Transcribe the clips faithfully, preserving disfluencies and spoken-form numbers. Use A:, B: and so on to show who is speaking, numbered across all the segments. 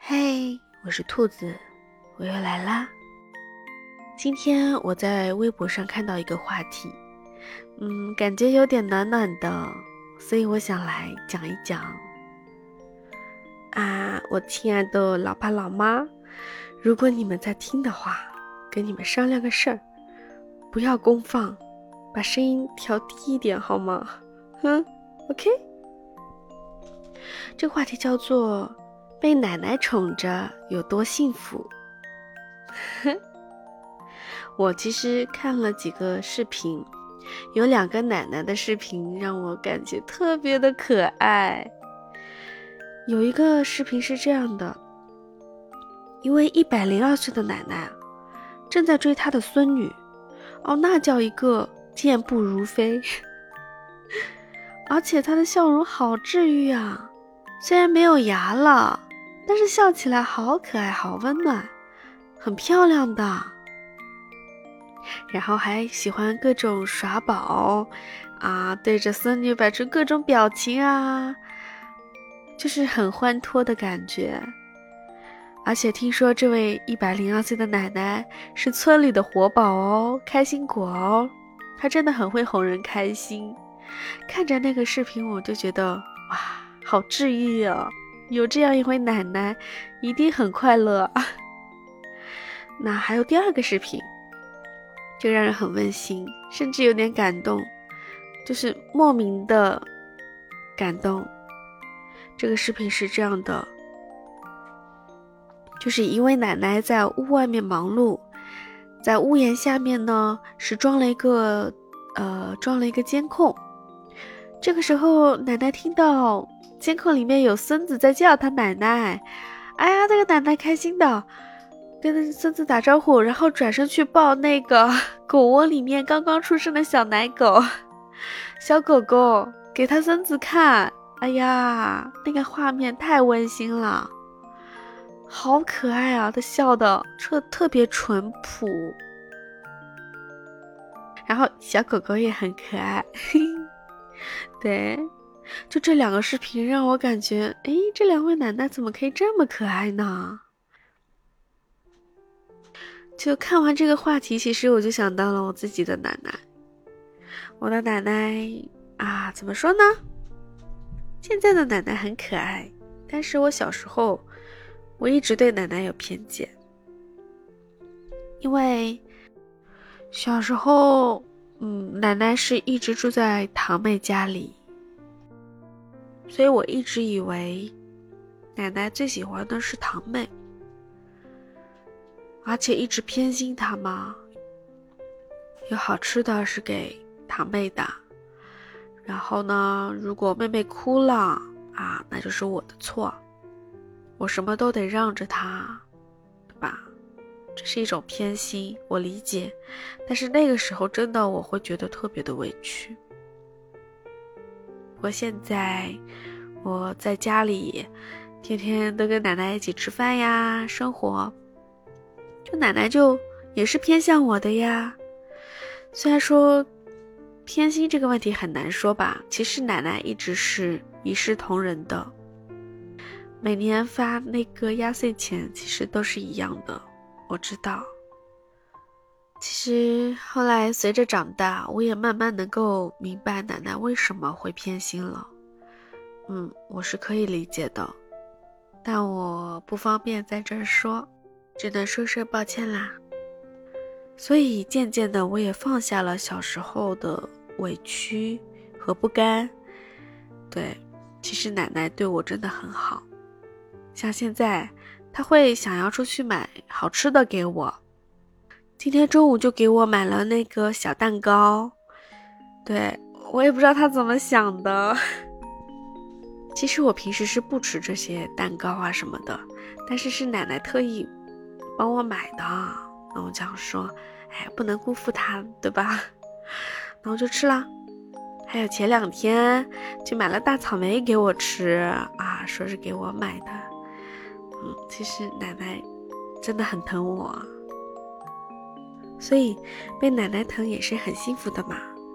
A: 嘿，我是兔子，我又来啦。今天我在微博上看到一个话题，嗯，感觉有点暖暖的，所以我想来讲一讲。啊，我亲爱的老爸老妈，如果你们在听的话，跟你们商量个事儿，不要公放，把声音调低一点好吗？哼 ，OK。这个话题叫做被奶奶宠着有多幸福。我其实看了几个视频，有两个奶奶的视频让我感觉特别的可爱。有一个视频是这样的，一位一百零二岁的奶奶正在追她的孙女，哦，那叫一个健步如飞，而且她的笑容好治愈啊，虽然没有牙了，但是笑起来好可爱好温暖，很漂亮的。然后还喜欢各种耍宝啊，对着孙女摆出各种表情啊，就是很欢脱的感觉。而且听说这位一百零二岁的奶奶是村里的活宝哦，开心果哦，她真的很会哄人开心。看着那个视频我就觉得哇，好治愈哦，有这样一位奶奶一定很快乐。那还有第二个视频就让人很温馨，甚至有点感动，就是莫名的感动。这个视频是这样的，就是一位奶奶在屋外面忙碌，在屋檐下面呢是装了一个呃装了一个监控。这个时候奶奶听到监控里面有孙子在叫她奶奶，哎呀，这个奶奶开心的跟孙子打招呼，然后转身去抱那个狗窝里面刚刚出生的小奶狗小狗狗给他孙子看。哎呀，那个画面太温馨了，好可爱啊，他笑的特特别淳朴，然后小狗狗也很可爱对，就这两个视频让我感觉，诶，这两位奶奶怎么可以这么可爱呢？就看完这个话题，其实我就想到了我自己的奶奶。我的奶奶啊，怎么说呢？现在的奶奶很可爱，但是我小时候我一直对奶奶有偏见，因为小时候嗯，奶奶是一直住在堂妹家里，所以我一直以为奶奶最喜欢的是堂妹，而且一直偏心她嘛，有好吃的是给堂妹的，然后呢，如果妹妹哭了啊，那就是我的错，我什么都得让着她，对吧？这是一种偏心，我理解，但是那个时候真的我会觉得特别的委屈。我现在我在家里天天都跟奶奶一起吃饭呀，生活，就奶奶就也是偏向我的呀。虽然说偏心这个问题很难说吧，其实奶奶一直是一视同仁的，每年发那个压岁钱其实都是一样的，我知道。其实后来随着长大，我也慢慢能够明白奶奶为什么会偏心了。嗯，我是可以理解的，但我不方便在这儿说，只能说声抱歉啦。所以渐渐的我也放下了小时候的委屈和不甘。对，其实奶奶对我真的很好，像现在她会想要出去买好吃的给我，今天中午就给我买了那个小蛋糕。对，我也不知道她怎么想的其实我平时是不吃这些蛋糕啊什么的，但是是奶奶特意帮我买的，那我这样说，哎，不能辜负她，对吧？然后就吃了。还有前两天就买了大草莓给我吃啊，说是给我买的。嗯，其实奶奶真的很疼我，所以被奶奶疼也是很幸福的嘛。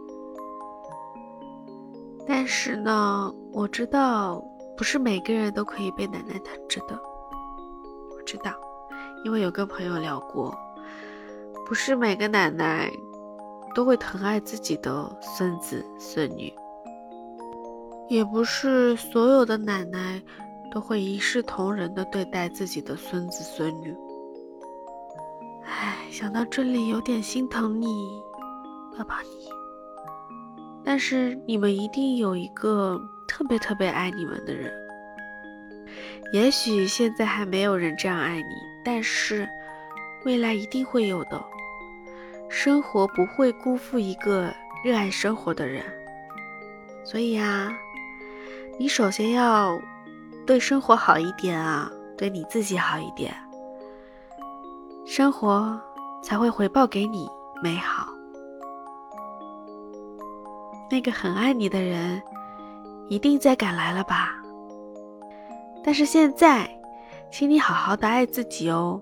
A: 但是呢，我知道不是每个人都可以被奶奶疼着的。 知道，因为有跟朋友聊过，不是每个奶奶都会疼爱自己的孙子孙女，也不是所有的奶奶都会一视同仁地对待自己的孙子孙女。唉，想到这里有点心疼你，抱抱你。但是你们一定有一个特别特别爱你们的人，也许现在还没有人这样爱你，但是未来一定会有的。生活不会辜负一个热爱生活的人，所以啊，你首先要对生活好一点啊，对你自己好一点，生活才会回报给你美好。那个很爱你的人一定在赶来了吧？但是现在请你好好的爱自己哦。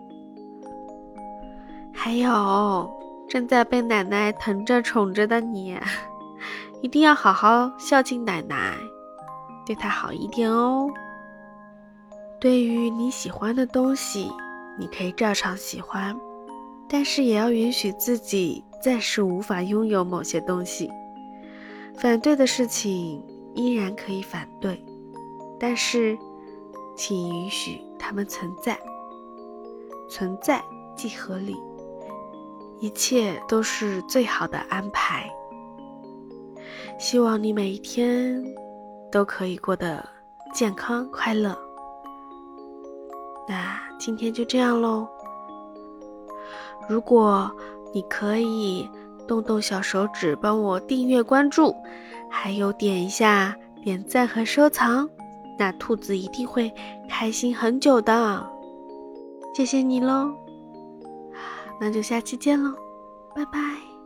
A: 还有正在被奶奶疼着宠着的你，一定要好好孝敬奶奶，对她好一点哦。对于你喜欢的东西，你可以照常喜欢，但是也要允许自己暂时无法拥有某些东西。反对的事情依然可以反对，但是请允许它们存在，存在即合理，一切都是最好的安排。希望你每一天都可以过得健康快乐。那今天就这样咯。如果你可以动动小手指帮我订阅关注，还有点一下点赞和收藏，那兔子一定会开心很久的。谢谢你咯，那就下期见咯，拜拜。